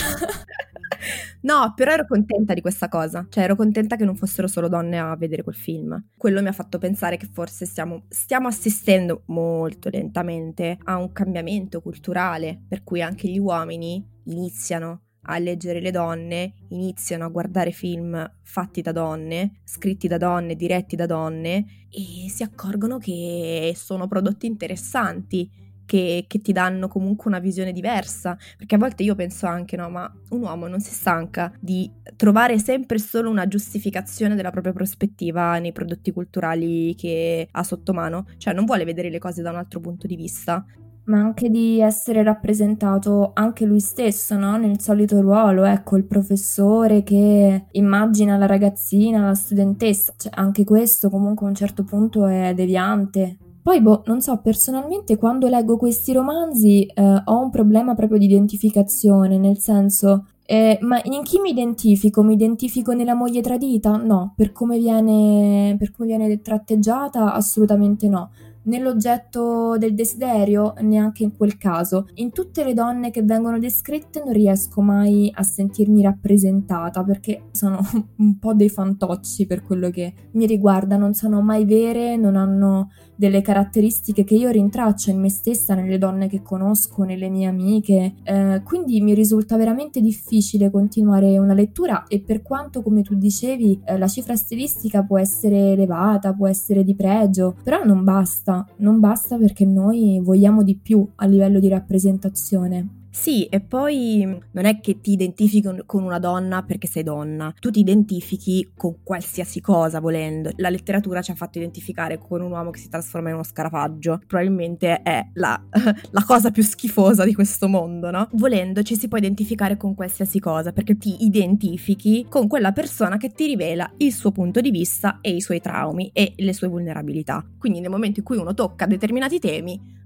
No, però ero contenta di questa cosa, cioè ero contenta che non fossero solo donne a vedere quel film. Quello mi ha fatto pensare che forse stiamo, stiamo assistendo molto lentamente a un cambiamento culturale, per cui anche gli uomini iniziano a leggere le donne, iniziano a guardare film fatti da donne, scritti da donne, diretti da donne, e si accorgono che sono prodotti interessanti, Che, che ti danno comunque una visione diversa, perché a volte io penso anche, no, ma un uomo non si stanca di trovare sempre solo una giustificazione della propria prospettiva nei prodotti culturali che ha sotto mano, cioè non vuole vedere le cose da un altro punto di vista. Ma anche di essere rappresentato anche lui stesso, no? Nel solito ruolo, ecco, il professore che immagina la ragazzina, la studentessa, cioè anche questo comunque a un certo punto è deviante. Poi, boh, non so, personalmente quando leggo questi romanzi eh, ho un problema proprio di identificazione, nel senso, eh, ma in chi mi identifico? Mi identifico nella moglie tradita? No, per come viene, per come viene tratteggiata, assolutamente no. Nell'oggetto del desiderio, neanche in quel caso. In tutte le donne che vengono descritte non riesco mai a sentirmi rappresentata, perché sono un po' dei fantocci per quello che mi riguarda, non sono mai vere, non hanno delle caratteristiche che io rintraccio in me stessa, nelle donne che conosco, nelle mie amiche, eh, quindi mi risulta veramente difficile continuare una lettura, e per quanto, come tu dicevi, eh, la cifra stilistica può essere elevata, può essere di pregio, però non basta, non basta perché noi vogliamo di più a livello di rappresentazione. Sì, e poi non è che ti identifichi con una donna perché sei donna, tu ti identifichi con qualsiasi cosa volendo. La letteratura ci ha fatto identificare con un uomo che si trasforma in uno scarafaggio, probabilmente è la, la cosa più schifosa di questo mondo, no? Volendo ci si può identificare con qualsiasi cosa, perché ti identifichi con quella persona che ti rivela il suo punto di vista e i suoi traumi e le sue vulnerabilità. Quindi nel momento in cui uno tocca determinati temi,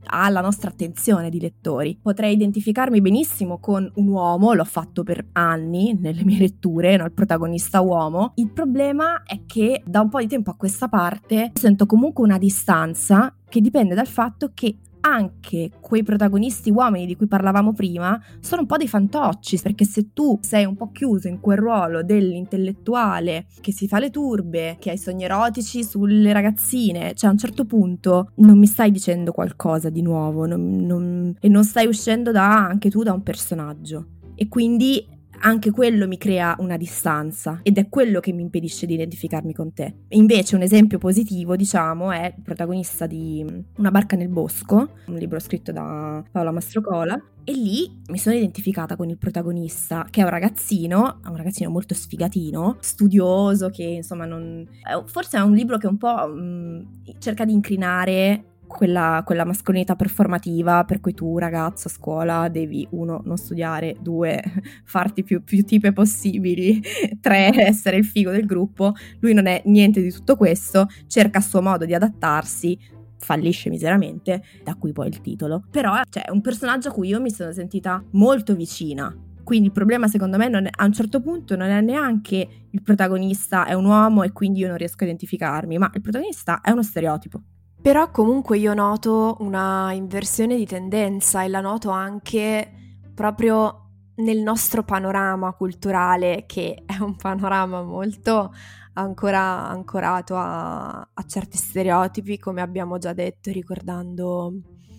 alla nostra attenzione di lettori. Potrei identificarmi benissimo con un uomo, l'ho fatto per anni nelle mie letture, no? Il protagonista uomo. Il problema è che da un po' di tempo a questa parte sento comunque una distanza che dipende dal fatto che anche quei protagonisti uomini di cui parlavamo prima sono un po' dei fantocci, perché se tu sei un po' chiuso in quel ruolo dell'intellettuale che si fa le turbe, che ha i sogni erotici sulle ragazzine, cioè a un certo punto non mi stai dicendo qualcosa di nuovo, non, non, e non stai uscendo da anche tu da un personaggio, e quindi anche quello mi crea una distanza ed è quello che mi impedisce di identificarmi con te. Invece un esempio positivo, diciamo, è il protagonista di Una barca nel bosco, un libro scritto da Paola Mastrocola, e lì mi sono identificata con il protagonista, che è un ragazzino, un ragazzino molto sfigatino, studioso, che insomma non... forse è un libro che un po' mh, cerca di incrinare Quella, quella mascolinità performativa per cui tu, ragazzo, a scuola devi, uno, non studiare, due, farti più, più tipe possibili, tre, essere il figo del gruppo. Lui non è niente di tutto questo, cerca a suo modo di adattarsi, fallisce miseramente, da cui poi il titolo. Però cioè, è un personaggio a cui io mi sono sentita molto vicina. Quindi il problema secondo me non è, a un certo punto non è neanche il protagonista è un uomo e quindi io non riesco a identificarmi, ma il protagonista è uno stereotipo. Però comunque io noto una inversione di tendenza e la noto anche proprio nel nostro panorama culturale, che è un panorama molto ancora ancorato a, a certi stereotipi, come abbiamo già detto, ricordando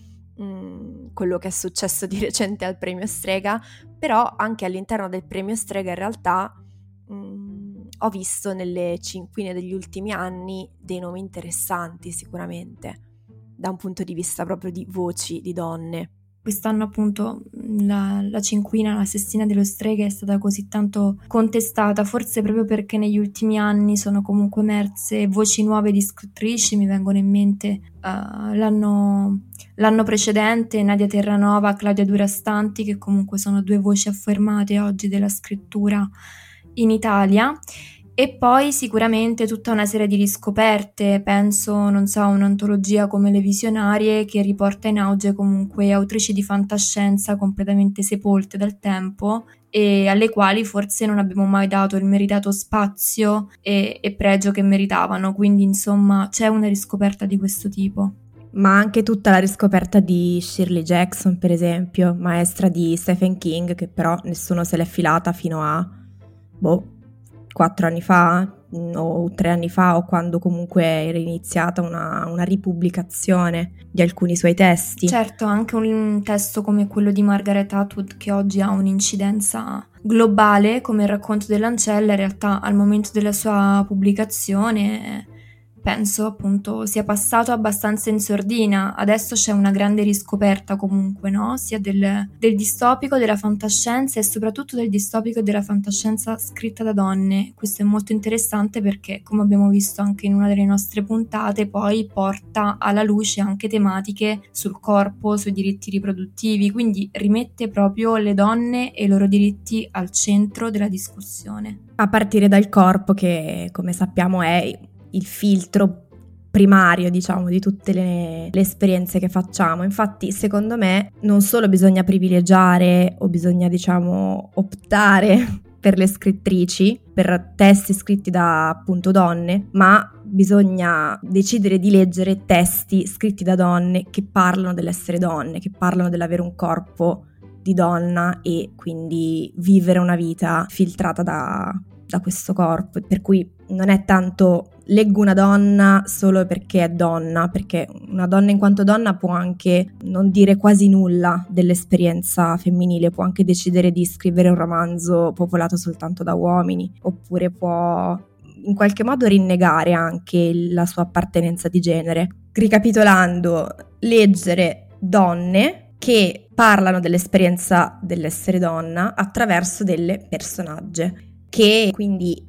mh, quello che è successo di recente al Premio Strega. Però anche all'interno del Premio Strega in realtà mh, ho visto nelle cinquine degli ultimi anni dei nomi interessanti sicuramente, da un punto di vista proprio di voci di donne. Quest'anno appunto la, la cinquina, la sestina dello Strega è stata così tanto contestata, forse proprio perché negli ultimi anni sono comunque emerse voci nuove di scrittrici. Mi vengono in mente uh, l'anno, l'anno precedente Nadia Terranova, Claudia Durastanti, che comunque sono due voci affermate oggi della scrittura in Italia. E poi sicuramente tutta una serie di riscoperte, penso, non so, un'antologia come Le Visionarie, che riporta in auge comunque autrici di fantascienza completamente sepolte dal tempo e alle quali forse non abbiamo mai dato il meritato spazio e, e pregio che meritavano. Quindi insomma c'è una riscoperta di questo tipo. Ma anche tutta la riscoperta di Shirley Jackson, per esempio, maestra di Stephen King, che però nessuno se l'è filata fino a boh quattro anni fa o tre anni fa, o quando comunque era iniziata una, una ripubblicazione di alcuni suoi testi. Certo, anche un testo come quello di Margaret Atwood, che oggi ha un'incidenza globale come il racconto dell'ancella, in realtà al momento della sua pubblicazione penso appunto sia passato abbastanza in sordina. Adesso c'è una grande riscoperta comunque, no? Sia del, del distopico, della fantascienza e soprattutto del distopico e della fantascienza scritta da donne. Questo è molto interessante perché, come abbiamo visto anche in una delle nostre puntate, poi porta alla luce anche tematiche sul corpo, sui diritti riproduttivi, quindi rimette proprio le donne e i loro diritti al centro della discussione. A partire dal corpo, che come sappiamo è il filtro primario, diciamo, di tutte le, le esperienze che facciamo. Infatti, secondo me, non solo bisogna privilegiare o bisogna, diciamo, optare per le scrittrici, per testi scritti da appunto donne, ma bisogna decidere di leggere testi scritti da donne che parlano dell'essere donne, che parlano dell'avere un corpo di donna e quindi vivere una vita filtrata da, da questo corpo. Per cui non è tanto leggo una donna solo perché è donna, perché una donna in quanto donna può anche non dire quasi nulla dell'esperienza femminile, può anche decidere di scrivere un romanzo popolato soltanto da uomini, oppure può in qualche modo rinnegare anche la sua appartenenza di genere. Ricapitolando, leggere donne che parlano dell'esperienza dell'essere donna attraverso delle personagge, che quindi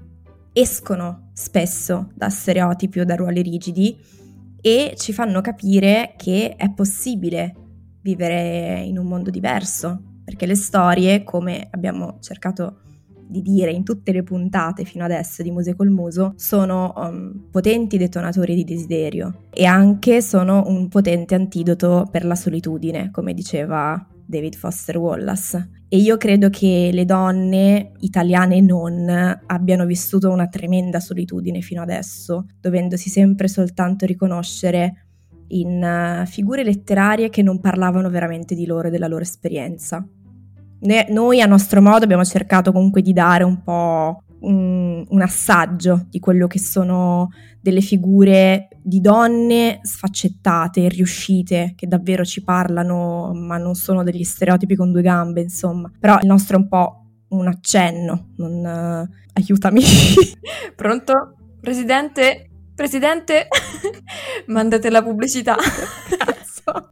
escono spesso da stereotipi o da ruoli rigidi e ci fanno capire che è possibile vivere in un mondo diverso, perché le storie, come abbiamo cercato di dire in tutte le puntate fino adesso di Muse col Muso, sono um, potenti detonatori di desiderio e anche sono un potente antidoto per la solitudine, come diceva David Foster Wallace. E io credo che le donne, italiane e non, abbiano vissuto una tremenda solitudine fino adesso, dovendosi sempre soltanto riconoscere in uh, figure letterarie che non parlavano veramente di loro e della loro esperienza. Ne- noi a nostro modo abbiamo cercato comunque di dare un po' un, un assaggio di quello che sono delle figure di donne sfaccettate, riuscite, che davvero ci parlano, ma non sono degli stereotipi con due gambe, insomma. Però il nostro è un po' un accenno, non uh, aiutami. Pronto? Presidente? Presidente? Mandate la pubblicità. Cazzo.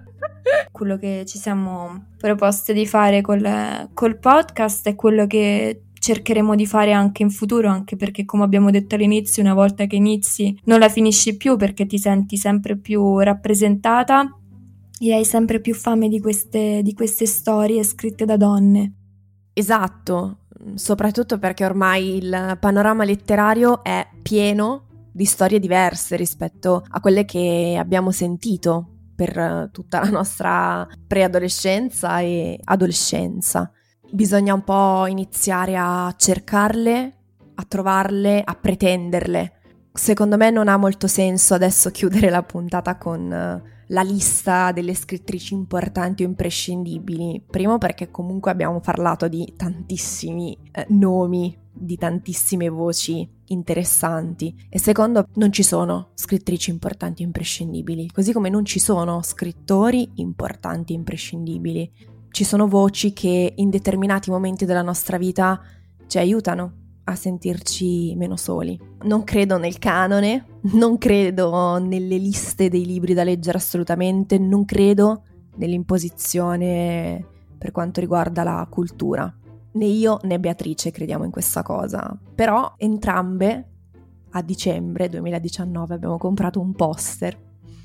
Quello che ci siamo proposte di fare col, col podcast è quello che cercheremo di fare anche in futuro, anche perché, come abbiamo detto all'inizio, una volta che inizi non la finisci più, perché ti senti sempre più rappresentata e hai sempre più fame di queste, di queste storie scritte da donne. Esatto, soprattutto perché ormai il panorama letterario è pieno di storie diverse rispetto a quelle che abbiamo sentito per tutta la nostra preadolescenza e adolescenza. Bisogna un po' iniziare a cercarle, a trovarle, a pretenderle. Secondo me non ha molto senso adesso chiudere la puntata con la lista delle scrittrici importanti o imprescindibili. Primo perché comunque abbiamo parlato di tantissimi eh, nomi, di tantissime voci interessanti, e secondo, non ci sono scrittrici importanti e imprescindibili, così come non ci sono scrittori importanti e imprescindibili. Ci sono voci che in determinati momenti della nostra vita ci aiutano a sentirci meno soli. Non credo nel canone, non credo nelle liste dei libri da leggere assolutamente, non credo nell'imposizione per quanto riguarda la cultura. Né io né Beatrice crediamo in questa cosa, però entrambe a dicembre duemiladiciannove abbiamo comprato un poster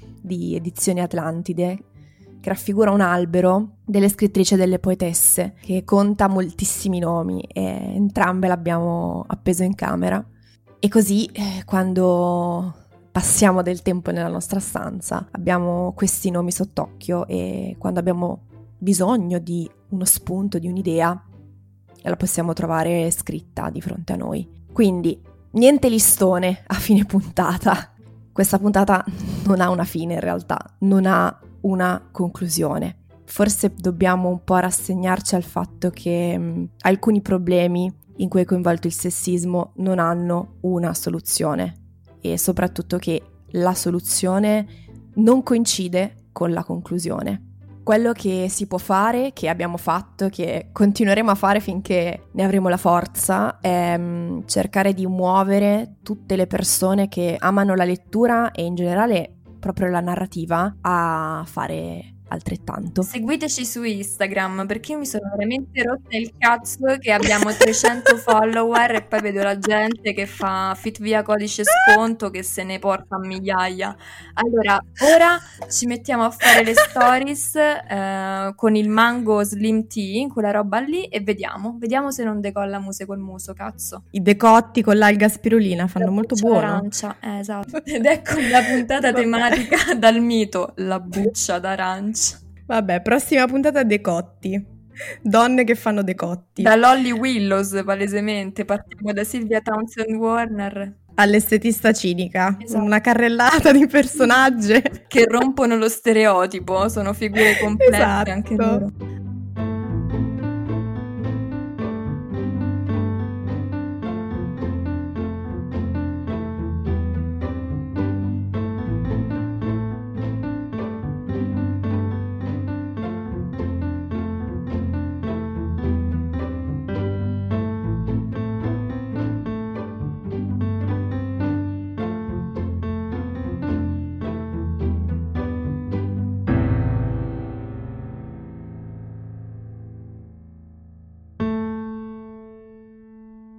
di Edizioni Atlantide che raffigura un albero delle scrittrici e delle poetesse che conta moltissimi nomi, e entrambe l'abbiamo appeso in camera, e così eh, quando passiamo del tempo nella nostra stanza abbiamo questi nomi sott'occhio, e quando abbiamo bisogno di uno spunto, di un'idea, la possiamo trovare scritta di fronte a noi. Quindi niente listone a fine puntata. Questa puntata non ha una fine in realtà, non ha una conclusione. Forse dobbiamo un po' rassegnarci al fatto che mh, alcuni problemi in cui è coinvolto il sessismo non hanno una soluzione, e soprattutto che la soluzione non coincide con la conclusione. Quello che si può fare, che abbiamo fatto, che continueremo a fare finché ne avremo la forza, è mh, cercare di muovere tutte le persone che amano la lettura e in generale proprio la narrativa a fare altrettanto. Seguiteci su Instagram, perché io mi sono veramente rotta il cazzo che abbiamo trecento follower e poi vedo la gente che fa fit via codice sconto che se ne porta a migliaia. Allora, ora ci mettiamo a fare le stories eh, con il mango slim tea, quella roba lì, e vediamo, vediamo se non decolla Muse col Muso, cazzo. I decotti con l'alga spirulina fanno La molto buccia buono. d'arancia, eh, esatto. Ed ecco la puntata tematica dal mito, la buccia d'arancia. Vabbè, prossima puntata decotti. Donne che fanno decotti. Da Lolly Willows, palesemente. Partiamo da Sylvia Townsend Warner. All'estetista cinica. Esatto. Una carrellata di personaggi che rompono lo stereotipo, sono figure complesse esatto. anche loro.